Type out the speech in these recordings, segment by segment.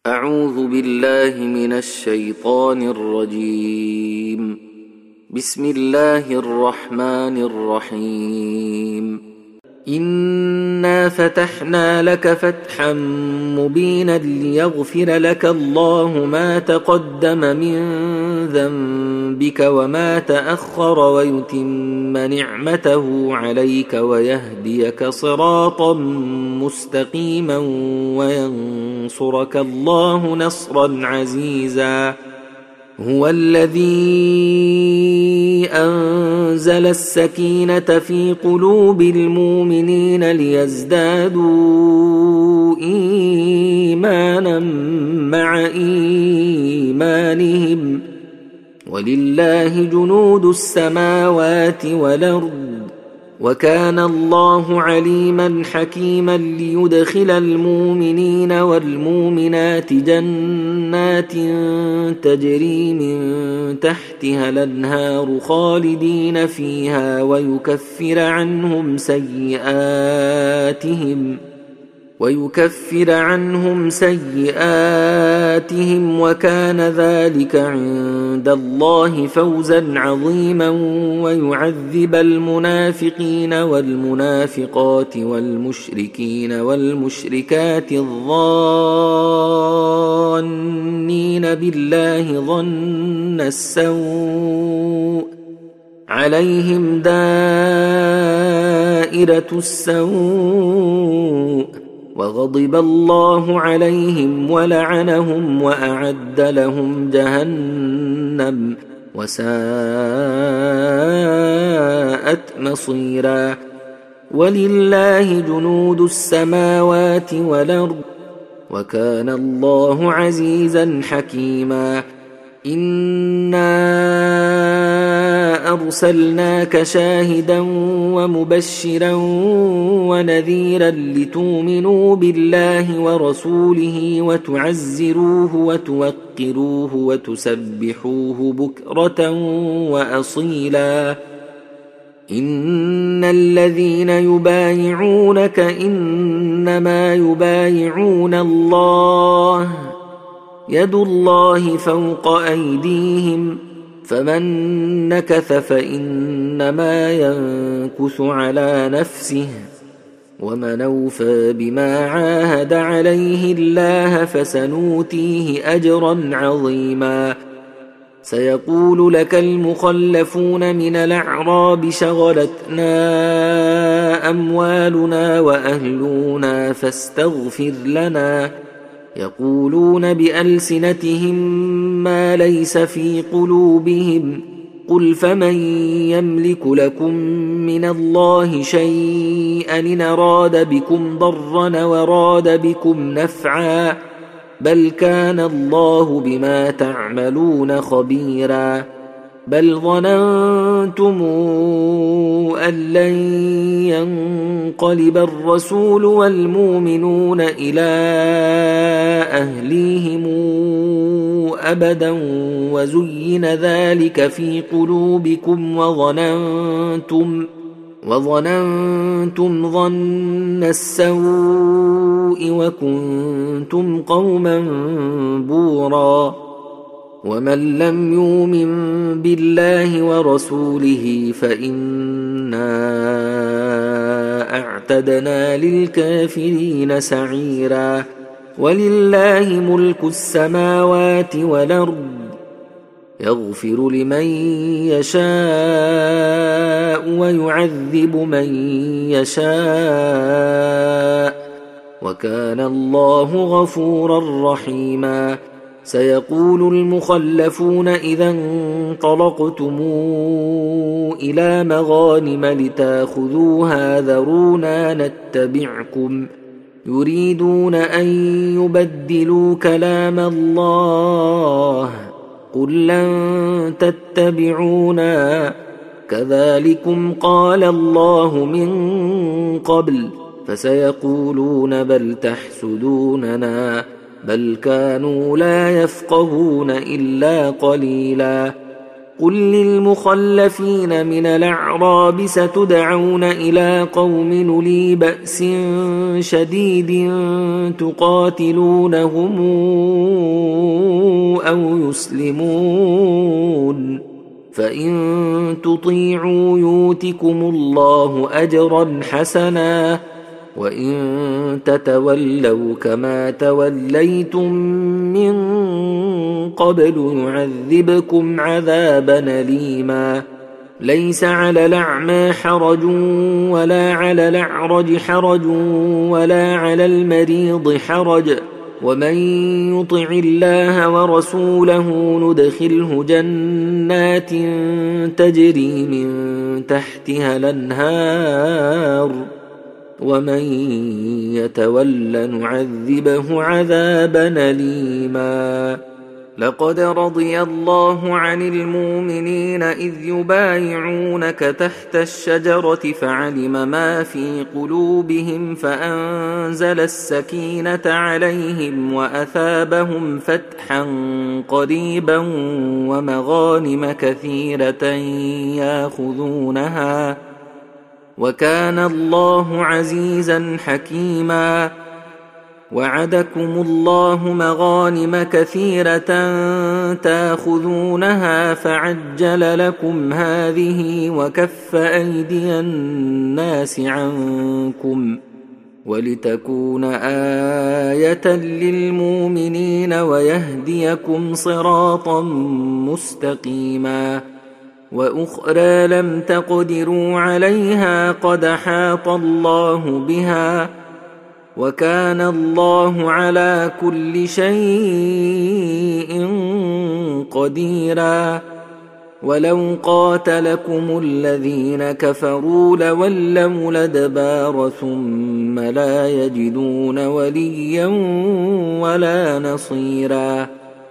أعوذ بالله من الشيطان الرجيم. بسم الله الرحمن الرحيم. إنا فتحنا لك فتحا مبينا ليغفر لك الله ما تقدم من ذنبك وما تأخر ويتم نعمته عليك ويهديك صراطا مستقيما وينصرك الله نصرا عزيزا. هو الذي أنزل السكينة في قلوب المؤمنين ليزدادوا إيمانا مع إيمانهم ولله جنود السماوات والأرض وكان الله عليما حكيما. ليدخل المؤمنين والمؤمنات جنات تجري من تحتها الأنهار خالدين فيها ويكفر عنهم سيئاتهم وكان ذلك عند الله فوزا عظيما. ويعذب المنافقين والمنافقات والمشركين والمشركات الظانين بالله ظن السوء عليهم دائرة السوء وغضب الله عليهم ولعنهم وأعد لهم جهنم وساءت مصيرا. ولله جنود السماوات والأرض وكان الله عزيزا حكيما. إنا أرسلناك شاهدا ومبشرا ونذيرا لتؤمنوا بالله ورسوله وتعزروه وتوقروه وتسبحوه بكرة وأصيلا. إن الذين يبايعونك إنما يبايعون الله يد الله فوق أيديهم فمن نكث فإنما ينكث على نفسه ومن أوفى بما عاهد عليه الله فسنؤتيه أجرا عظيما. سيقول لك المخلفون من الأعراب شغلتنا أموالنا وأهلنا فاستغفر لنا. يقولون بألسنتهم ما ليس في قلوبهم قل فمن يملك لكم من الله شيئا إن أراد بكم ضرا وراد بكم نفعا بل كان الله بما تعملون خبيرا. بل ظننتم أن لن ينقلب الرسول والمؤمنون إلى أهليهم أبدا وزين ذلك في قلوبكم وظننتم ظن السوء وكنتم قوما بورا. ومن لم يؤمن بالله ورسوله فإنا أعتدنا للكافرين سعيرا. ولله ملك السماوات والأرض يغفر لمن يشاء ويعذب من يشاء وكان الله غفورا رحيما. سيقول المخلفون إذا انطلقتم إلى مغانم لتاخذوها ذرونا نتبعكم يريدون أن يبدلوا كلام الله قل لن تتبعونا كذلكم قال الله من قبل فسيقولون بل تحسدوننا بل كانوا لا يفقهون إلا قليلا. قل للمخلفين من الأعراب ستدعون إلى قوم أولي بأس شديد تقاتلونهم أو يسلمون فإن تطيعوا يؤتكم الله أجرا حسنا وإن تتولوا كما توليتم من قبل يعذبكم عذابا أليما ليس على الأعمى حرج ولا على الأعرج حرج ولا على المريض حرج ومن يطع الله ورسوله ندخله جنات تجري من تحتها الأنهار ومن يتول نعذبه عذابا أليما لقد رضي الله عن المؤمنين إذ يبايعونك تحت الشجرة فعلم ما في قلوبهم فأنزل السكينة عليهم وأثابهم فتحا قريبا ومغانم كثيرة ياخذونها وكان الله عزيزا حكيما وعدكم الله مغانم كثيرة تاخذونها فعجل لكم هذه وكف أيدي الناس عنكم ولتكون آية للمؤمنين ويهديكم صراطا مستقيما وأخرى لم تقدروا عليها قد حاط الله بها وكان الله على كل شيء قديرا ولو قاتلكم الذين كفروا لولوا الأدبار ثم لا يجدون وليا ولا نصيرا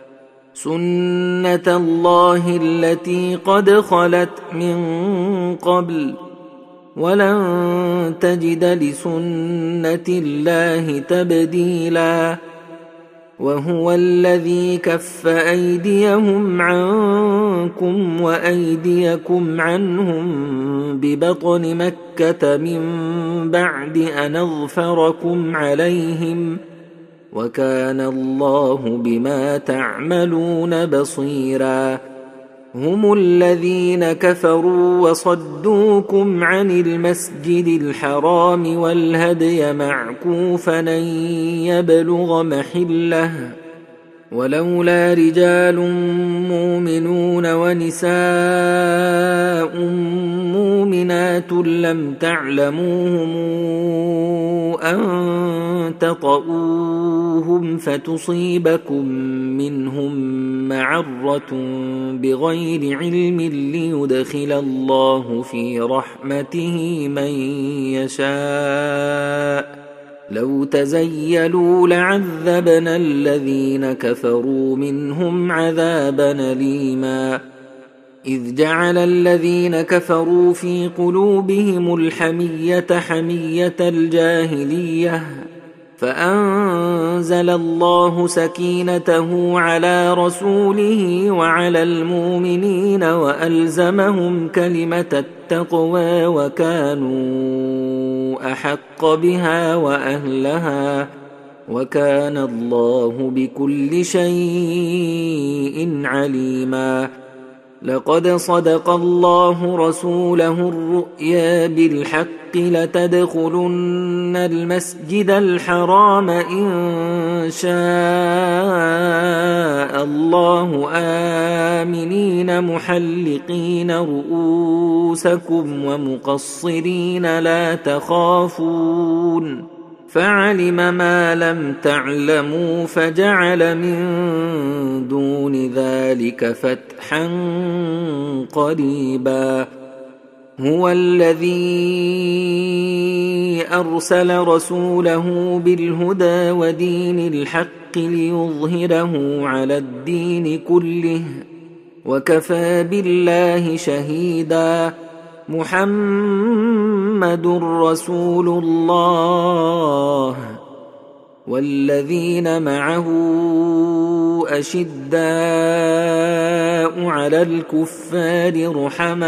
سنة الله التي قد خلت من قبل ولن تجد لسنة الله تبديلا وهو الذي كف أيديهم عنكم وأيديكم عنهم ببطن مكة من بعد أن أظفركم عليهم وكان الله بما تعملون بصيرا هم الذين كفروا وصدوكم عن المسجد الحرام والهدي معكوفا أن يبلغ محله ولولا رجال مؤمنون ونساء مؤمنات لم تعلموهم أن تطؤوهم فتصيبكم منهم معرة بغير علم ليدخل الله في رحمته من يشاء لو تزيلوا لعذبنا الذين كفروا منهم عذابا أليما إذ جعل الذين كفروا في قلوبهم الحمية حمية الجاهلية فأنزل الله سكينته على رسوله وعلى المؤمنين وألزمهم كلمة التقوى وكانوا أحق بها وأهلها وكان الله بكل شيء عليما لقد صدق الله رسوله الرؤيا بالحق لتدخلن المسجد الحرام إن شاء الله آمنين محلقين رؤوسكم ومقصرين لا تخافون فعلم ما لم تعلموا فجعل من دون ذلك فتحا قريبا هو الذي أرسل رسوله بالهدى ودين الحق ليظهره على الدين كله وكفى بالله شهيدا محمد رسول الله والذين معه أشداء على الكفار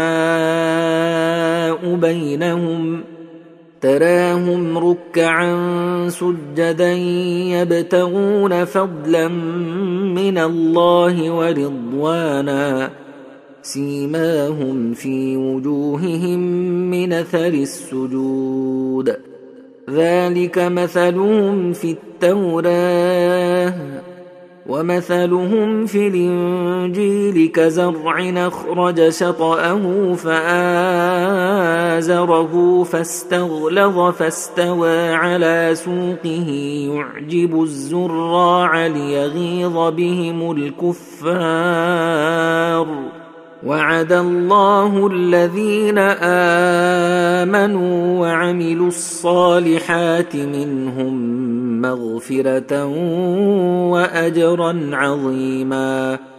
رحماء بينهم تراهم ركعا سجدا يبتغون فضلا من الله ورضوانا سيماهم في وجوههم من أثر السجود ذلك مثلهم في التوراة ومثلهم في الإنجيل كزرع أخرج شطأه فآزره فاستغلظ فاستوى على سوقه يعجب الزراع ليغيظ بهم الكفار وعد الله الذين آمنوا وعملوا الصالحات منهم مغفرة وأجرا عظيما